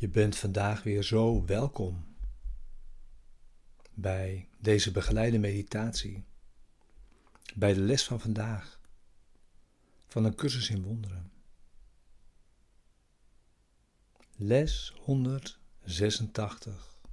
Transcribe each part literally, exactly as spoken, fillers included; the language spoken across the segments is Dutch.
Je bent vandaag weer zo welkom bij deze begeleide meditatie, bij de les van vandaag van een cursus in wonderen. Les honderdzesentachtig.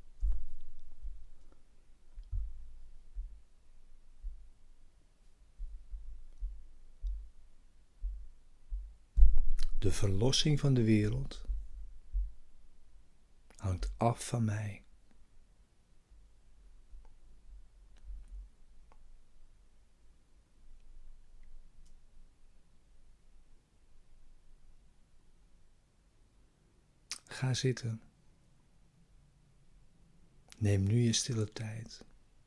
De verlossing van de wereld hangt af van mij. Ga zitten. Neem nu je stille tijd.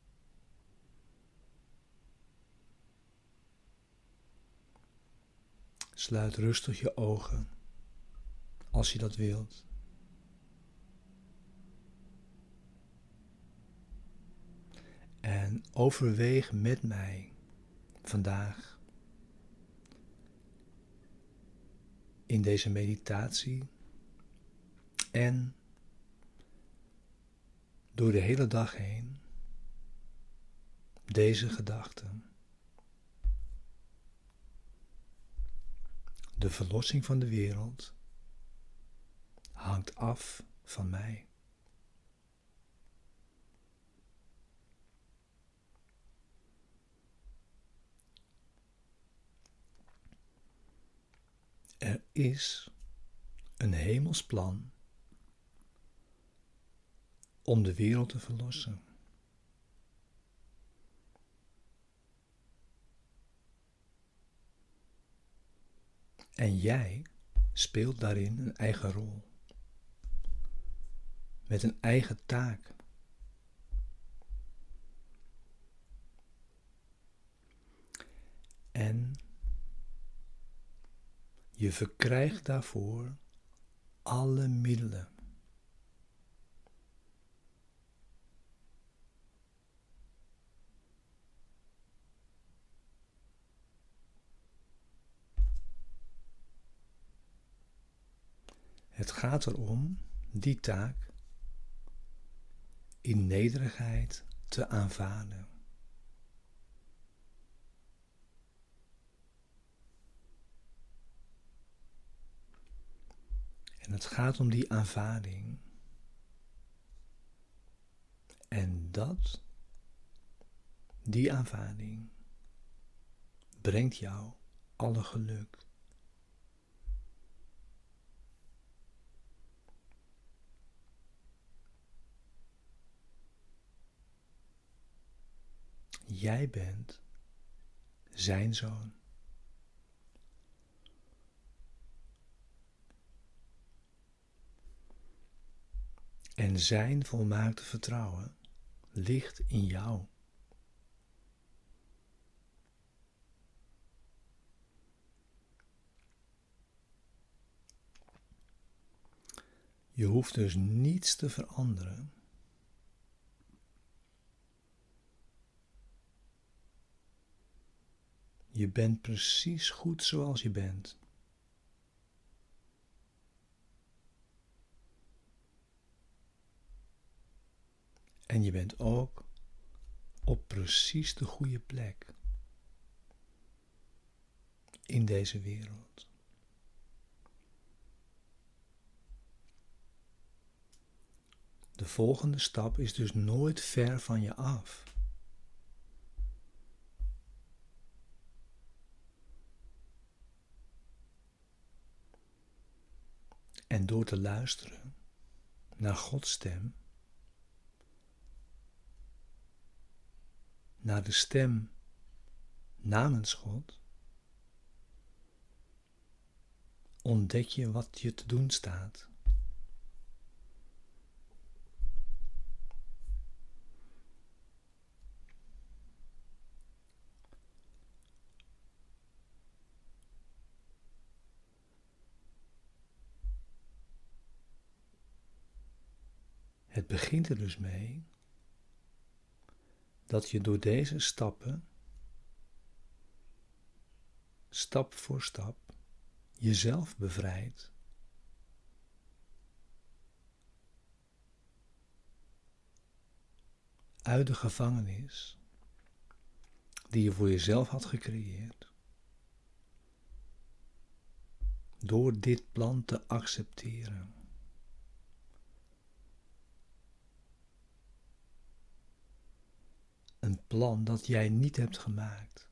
Sluit rustig je ogen, als je dat wilt. En overweeg met mij vandaag in deze meditatie en door de hele dag heen deze gedachten. De verlossing van de wereld hangt af van mij. Er is een hemels plan om de wereld te verlossen. En jij speelt daarin een eigen rol, met een eigen taak. En je verkrijgt daarvoor alle middelen. Het gaat erom die taak in nederigheid te aanvaarden. En het gaat om die aanvaarding. En dat, die aanvaarding, brengt jou alle geluk. Jij bent zijn zoon. En zijn volmaakte vertrouwen ligt in jou. Je hoeft dus niets te veranderen. Je bent precies goed zoals je bent. En je bent ook op precies de goede plek in deze wereld. De volgende stap is dus nooit ver van je af. En door te luisteren naar Gods stem, naar de stem namens God, ontdek je wat je te doen staat. Het begint er dus mee dat je door deze stappen, stap voor stap, jezelf bevrijdt uit de gevangenis die je voor jezelf had gecreëerd. Door dit plan te accepteren. Een plan dat jij niet hebt gemaakt.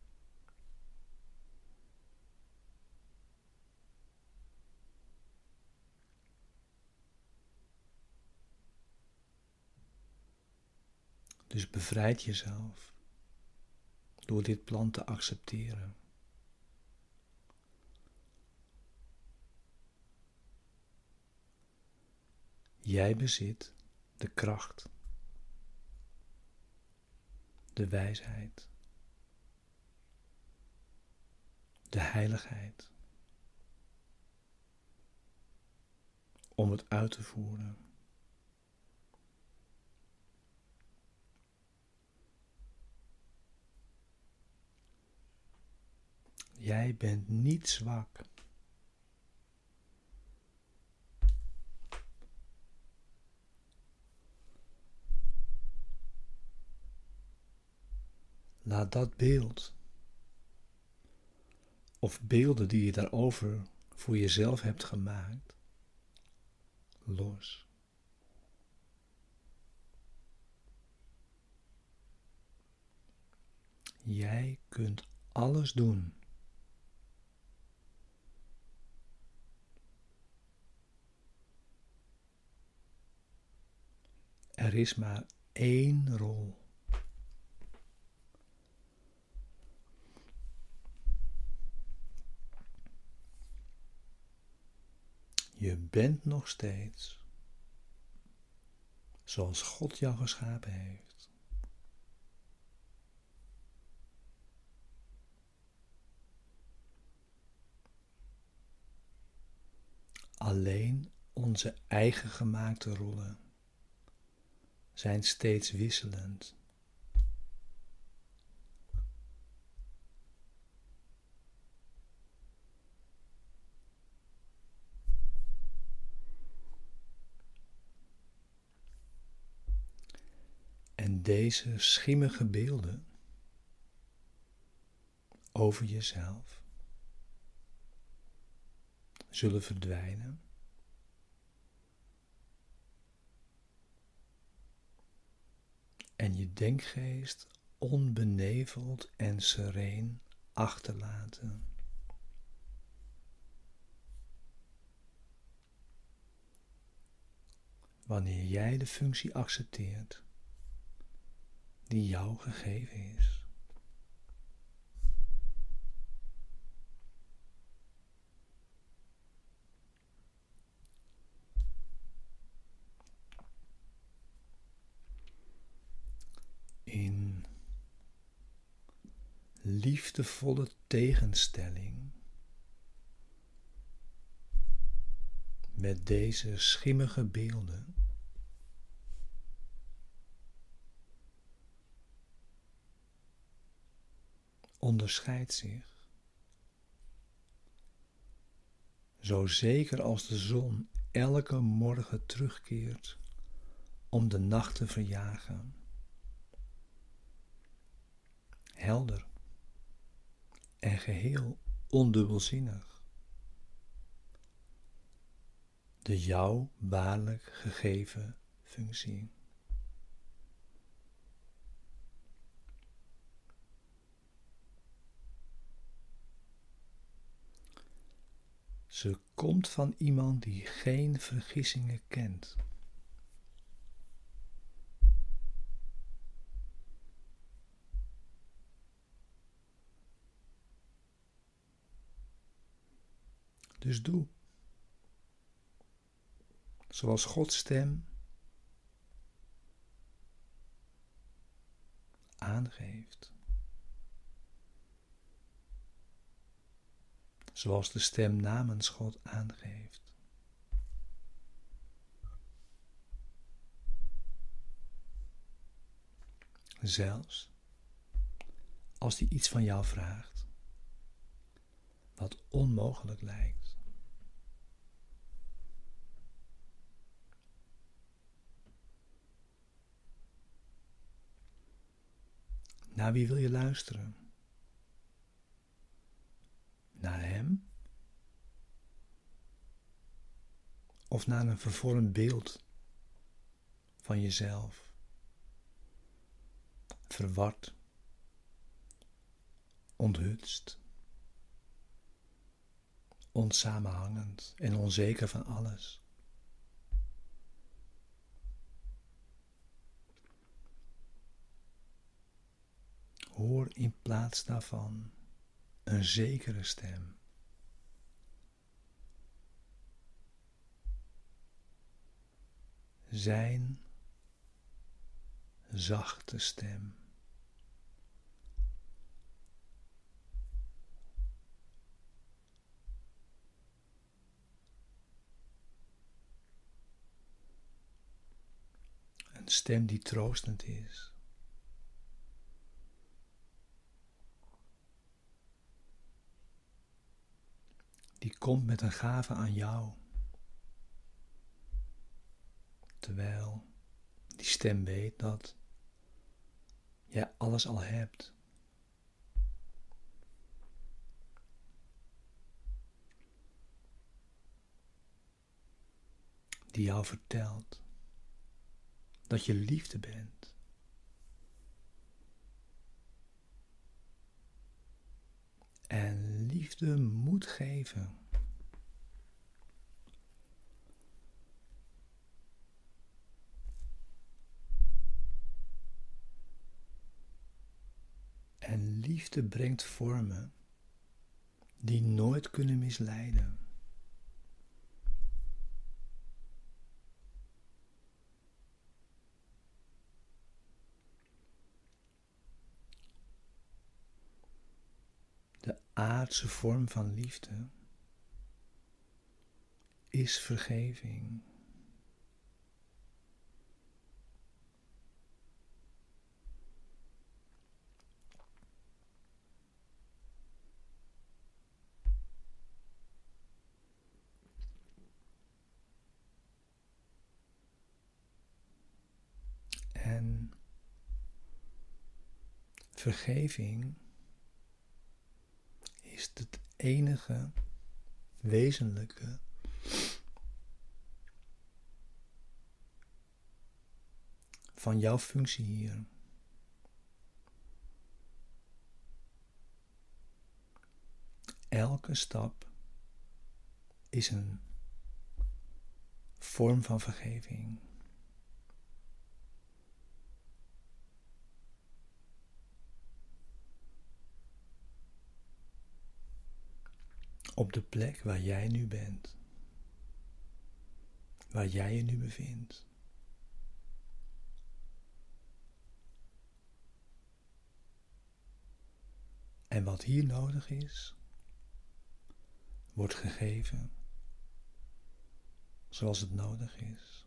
Dus bevrijd jezelf door dit plan te accepteren. Jij bezit de kracht, de wijsheid, de heiligheid om het uit te voeren. Jij bent niet zwak. Laat dat beeld, of beelden die je daarover voor jezelf hebt gemaakt, los. Jij kunt alles doen. Er is maar één rol. Je bent nog steeds zoals God jou geschapen heeft. Alleen onze eigen gemaakte rollen zijn steeds wisselend. En deze schimmige beelden over jezelf zullen verdwijnen. En je denkgeest onbeneveld en sereen achterlaten. Wanneer jij de functie accepteert die jou gegeven is. In liefdevolle tegenstelling met deze schimmige beelden onderscheidt zich, zo zeker als de zon elke morgen terugkeert om de nacht te verjagen. Helder en geheel ondubbelzinnig. De jou waarlijk gegeven functie. Ze komt van iemand die geen vergissingen kent. Dus doe, zoals Gods stem aangeeft. Zoals de stem namens God aangeeft. Zelfs als die iets van jou vraagt, wat onmogelijk lijkt. Naar wie wil je luisteren? Naar hem? Of naar een vervormd beeld van jezelf? Verward, onthutst, onsamenhangend en onzeker van alles. Hoor in plaats daarvan een zekere stem. Zijn zachte stem. Een stem die troostend is. Die komt met een gave aan jou. Terwijl die stem weet dat jij alles al hebt. Die jou vertelt dat je liefde bent. En liefde moet geven. En liefde brengt vormen die nooit kunnen misleiden. De aardse vorm van liefde is vergeving. En vergeving is het enige wezenlijke van jouw functie hier. Elke stap is een vorm van vergeving. Op de plek waar jij nu bent. Waar jij je nu bevindt. En wat hier nodig is, wordt gegeven zoals het nodig is.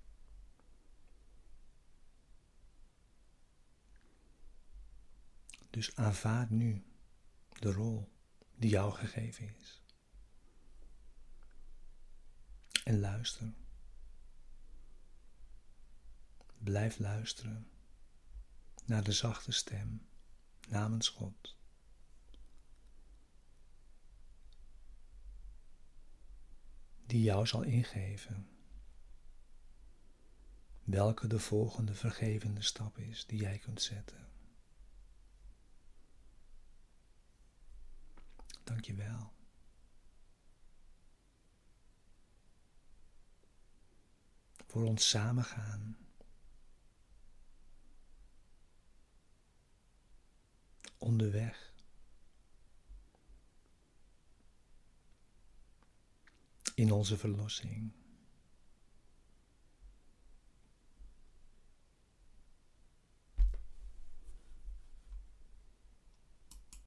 Dus aanvaard nu de rol die jou gegeven is. En luister. Blijf luisteren naar de zachte stem namens God. Die jou zal ingeven welke de volgende vergevende stap is die jij kunt zetten. Dank je wel. Voor ons samengaan. Onderweg. In onze verlossing.